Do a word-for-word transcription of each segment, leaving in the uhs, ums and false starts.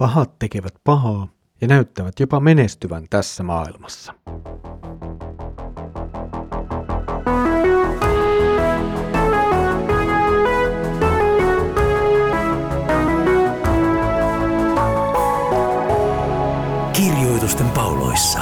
Pahat tekevät pahaa ja näyttävät jopa menestyvän tässä maailmassa. Kirjoitusten pauloissa.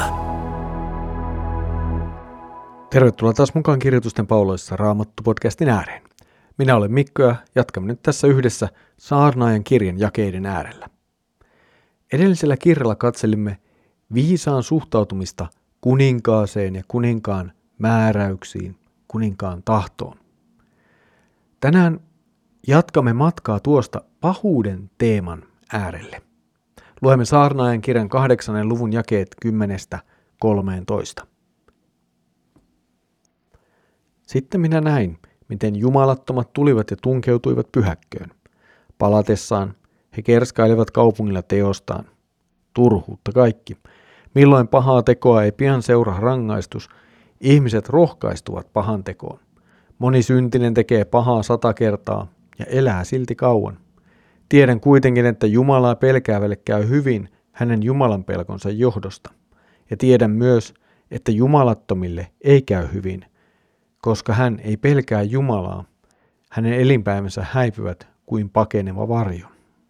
Tervetuloa taas mukaan Kirjoitusten pauloissa Raamattu-podcastin ääreen. Minä olen Mikko ja jatkamme nyt tässä yhdessä Saarnaajan kirjan jakeiden äärellä. Edellisellä kirjalla katselimme viisaan suhtautumista kuninkaaseen ja kuninkaan määräyksiin, kuninkaan tahtoon. Tänään jatkamme matkaa tuosta pahuuden teeman äärelle. Luemme Saarnaajan kirjan kahdeksannen luvun jakeet kymmenestä kolmeentoista. Sitten minä näin, miten jumalattomat tulivat ja tunkeutuivat pyhäkköön. Palatessaan he kerskailivat kaupungilla teostaan. Turhuutta kaikki. Milloin pahaa tekoa ei pian seuraa rangaistus, ihmiset rohkaistuvat pahan tekoon. Moni syntinen tekee pahaa sata kertaa ja elää silti kauan. Tiedän kuitenkin, että Jumalaa pelkäävälle käy hyvin hänen Jumalan pelkonsa johdosta. Ja tiedän myös, että jumalattomille ei käy hyvin, koska hän ei pelkää Jumalaa. Hänen elinpäivänsä häipyvät kuin pakeneva varjo.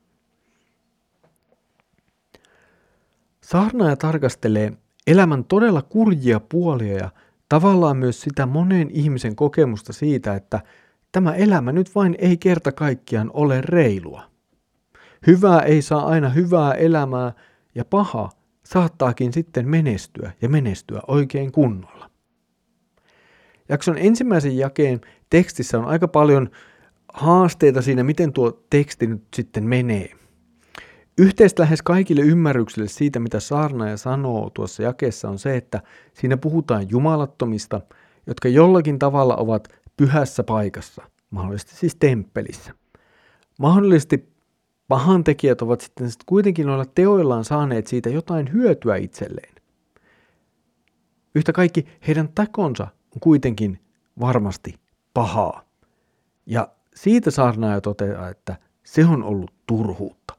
Saarnaaja tarkastelee elämän todella kurjia puolia ja tavallaan myös sitä monen ihmisen kokemusta siitä, että tämä elämä nyt vain ei kerta kaikkiaan ole reilua. Hyvää ei saa aina hyvää elämää ja paha saattaakin sitten menestyä ja menestyä oikein kunnolla. Jakson ensimmäisen jakeen tekstissä on aika paljon haasteita siinä, miten tuo teksti nyt sitten menee. Yhteistä lähes kaikille ymmärryksille siitä, mitä saarnaaja sanoo tuossa jakeessa, on se, että siinä puhutaan jumalattomista, jotka jollakin tavalla ovat pyhässä paikassa, mahdollisesti siis temppelissä. Mahdollisesti pahantekijät ovat sitten kuitenkin noilla teoillaan saaneet siitä jotain hyötyä itselleen. Yhtä kaikki heidän tekonsa on kuitenkin varmasti pahaa. Ja siitä saarnaaja toteaa, että se on ollut turhuutta.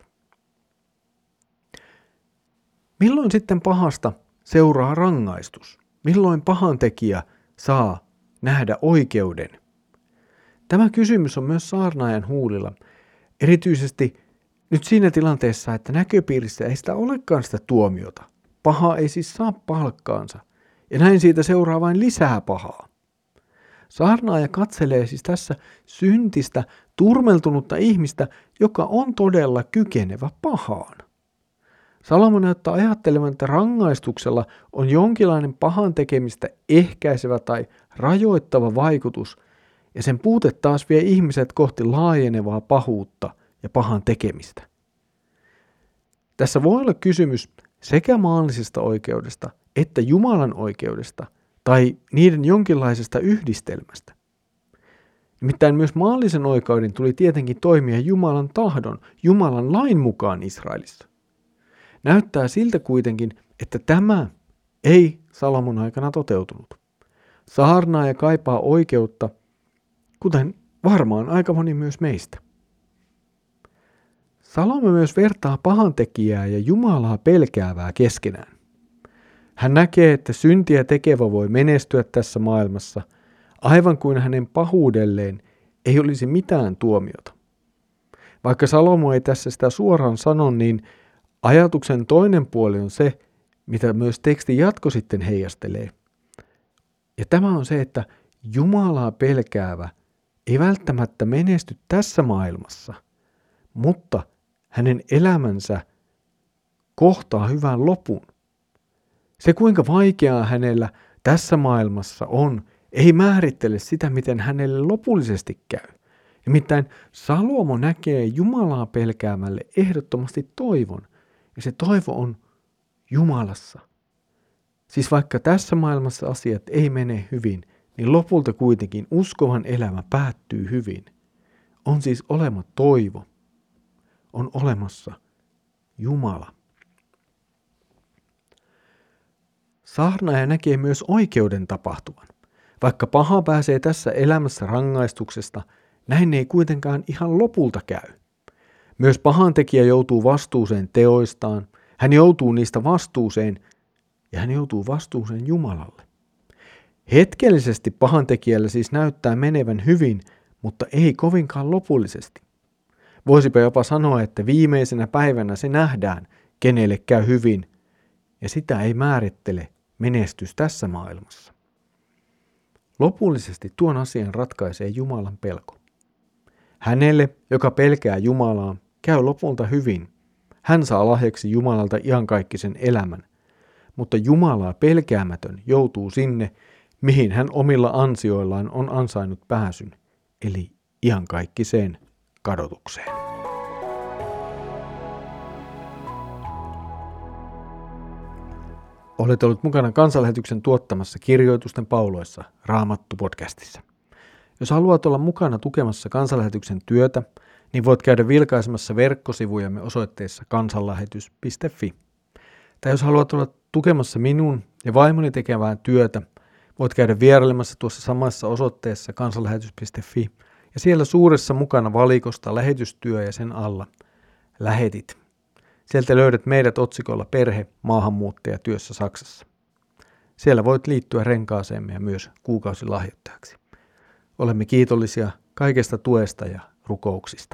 Milloin sitten pahasta seuraa rangaistus? Milloin pahantekijä saa nähdä oikeuden? Tämä kysymys on myös saarnaajan huulilla. Erityisesti nyt siinä tilanteessa, että näköpiirissä ei sitä olekaan sitä tuomiota. Paha ei siis saa palkkaansa. Ja näin siitä seuraa vain lisää pahaa. Saarnaaja katselee siis tässä syntistä, turmeltunutta ihmistä, joka on todella kykenevä pahaan. Salomo näyttää ajattelevan, että rangaistuksella on jonkinlainen pahan tekemistä ehkäisevä tai rajoittava vaikutus, ja sen puute taas vie ihmiset kohti laajenevaa pahuutta ja pahan tekemistä. Tässä voi olla kysymys sekä maallisesta oikeudesta että Jumalan oikeudesta tai niiden jonkinlaisesta yhdistelmästä. Nimittäin myös maallisen oikeuden tuli tietenkin toimia Jumalan tahdon, Jumalan lain mukaan Israelissa. Näyttää siltä kuitenkin, että tämä ei Salomon aikana toteutunut. Saarnaaja kaipaa oikeutta, kuten varmaan aika moni myös meistä. Salomo myös vertaa pahantekijää ja Jumalaa pelkäävää keskenään. Hän näkee, että syntiä tekevä voi menestyä tässä maailmassa, aivan kuin hänen pahuudelleen ei olisi mitään tuomiota. Vaikka Salomo ei tässä sitä suoraan sano, niin ajatuksen toinen puoli on se, mitä myös tekstin jatko sitten heijastelee. Ja tämä on se, että Jumalaa pelkäävä ei välttämättä menesty tässä maailmassa, mutta hänen elämänsä kohtaa hyvän lopun. Se, kuinka vaikeaa hänellä tässä maailmassa on, ei määrittele sitä, miten hänelle lopullisesti käy. Nimittäin Salomo näkee Jumalaa pelkäämälle ehdottomasti toivon, ja se toivo on Jumalassa. Siis vaikka tässä maailmassa asiat ei mene hyvin, niin lopulta kuitenkin uskovan elämä päättyy hyvin. On siis olema toivo. On olemassa Jumala. Saarnaaja näkee myös oikeuden tapahtuvan. Vaikka paha pääsee tässä elämässä rangaistuksesta, näin ei kuitenkaan ihan lopulta käy. Myös pahantekijä joutuu vastuuseen teoistaan, hän joutuu niistä vastuuseen ja hän joutuu vastuuseen Jumalalle. Hetkellisesti pahantekijällä siis näyttää menevän hyvin, mutta ei kovinkaan lopullisesti. Voisipa jopa sanoa, että viimeisenä päivänä se nähdään, kenelle käy hyvin, ja sitä ei määrittele menestys tässä maailmassa. Lopullisesti tuon asian ratkaisee Jumalan pelko. Hänelle, joka pelkää Jumalaa, käy lopulta hyvin. Hän saa lahjaksi Jumalalta iankaikkisen elämän, mutta Jumalaa pelkäämätön joutuu sinne, mihin hän omilla ansioillaan on ansainnut pääsyn, eli iankaikkiseen kadotukseen. Olet ollut mukana Kansanlähetyksen tuottamassa Kirjoitusten pauloissa Raamattu-podcastissa. Jos haluat olla mukana tukemassa Kansanlähetyksen työtä, niin voit käydä vilkaisemassa verkkosivujamme osoitteessa kansanlähetys piste fi. Tai jos haluat olla tukemassa minun ja vaimoni tekevää työtä, voit käydä vierailemassa tuossa samassa osoitteessa kansanlähetys piste fi ja siellä suuressa mukana valikosta lähetystyö ja sen alla lähetit. Sieltä löydät meidät otsikolla Perhe, maahanmuuttaja työssä Saksassa. Siellä voit liittyä renkaaseemme ja myös kuukausilahjoittajaksi. Olemme kiitollisia kaikesta tuesta ja rukouksista.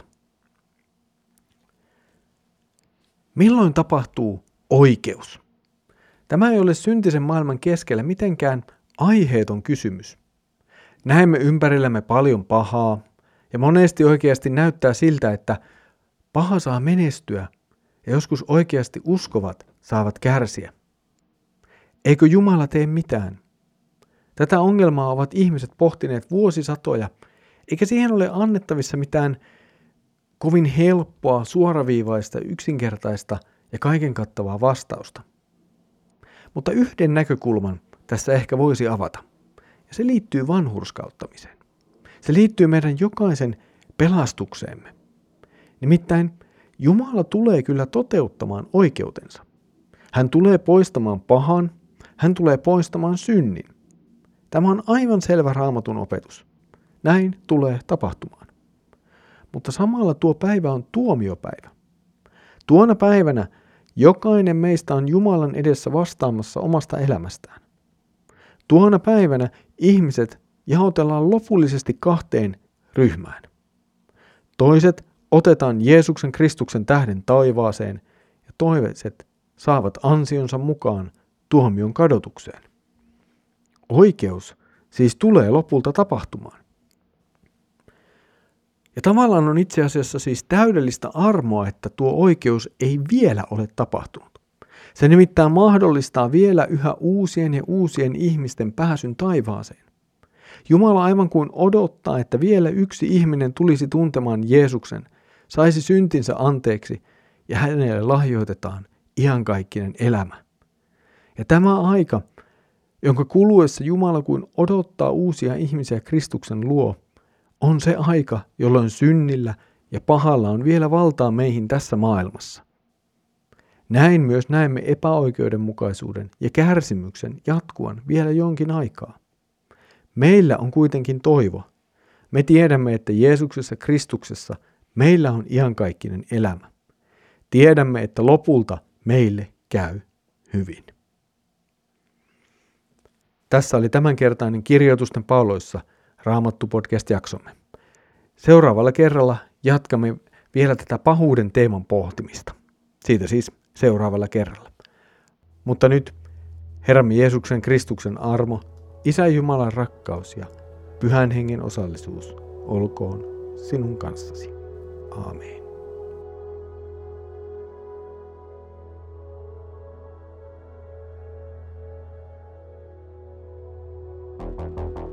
Milloin tapahtuu oikeus? Tämä ei ole syntisen maailman keskellä mitenkään aiheeton kysymys. Näemme ympärillämme paljon pahaa ja monesti oikeasti näyttää siltä, että paha saa menestyä ja joskus oikeasti uskovat saavat kärsiä. Eikö Jumala tee mitään? Tätä ongelmaa ovat ihmiset pohtineet vuosisatoja, eikä siihen ole annettavissa mitään kovin helppoa, suoraviivaista, yksinkertaista ja kaiken kattavaa vastausta. Mutta yhden näkökulman tässä ehkä voisi avata, ja se liittyy vanhurskauttamiseen. Se liittyy meidän jokaisen pelastukseemme. Nimittäin Jumala tulee kyllä toteuttamaan oikeutensa. Hän tulee poistamaan pahan, hän tulee poistamaan synnin. Tämä on aivan selvä Raamatun opetus. Näin tulee tapahtumaan. Mutta samalla tuo päivä on tuomiopäivä. Tuona päivänä jokainen meistä on Jumalan edessä vastaamassa omasta elämästään. Tuona päivänä ihmiset jaotellaan lopullisesti kahteen ryhmään. Toiset otetaan Jeesuksen Kristuksen tähden taivaaseen ja toiset saavat ansionsa mukaan tuomion kadotukseen. Oikeus siis tulee lopulta tapahtumaan. Ja tavallaan on itse asiassa siis täydellistä armoa, että tuo oikeus ei vielä ole tapahtunut. Se nimittäin mahdollistaa vielä yhä uusien ja uusien ihmisten pääsyn taivaaseen. Jumala aivan kuin odottaa, että vielä yksi ihminen tulisi tuntemaan Jeesuksen, saisi syntinsä anteeksi ja hänelle lahjoitetaan iankaikkinen elämä. Ja tämä aika, jonka kuluessa Jumala kuin odottaa uusia ihmisiä Kristuksen luo, on se aika, jolloin synnillä ja pahalla on vielä valtaa meihin tässä maailmassa. Näin myös näemme epäoikeudenmukaisuuden ja kärsimyksen jatkuvan vielä jonkin aikaa. Meillä on kuitenkin toivo. Me tiedämme, että Jeesuksessa Kristuksessa meillä on iankaikkinen elämä. Tiedämme, että lopulta meille käy hyvin. Tässä oli tämänkertainen Kirjoitusten pauloissa Raamattu-podcast-jaksomme. Seuraavalla kerralla jatkamme vielä tätä pahuuden teeman pohtimista. Siitä siis seuraavalla kerralla. Mutta nyt Herramme Jeesuksen Kristuksen armo, Isä Jumalan rakkaus ja Pyhän Hengen osallisuus olkoon sinun kanssasi. Aamen. Thank you.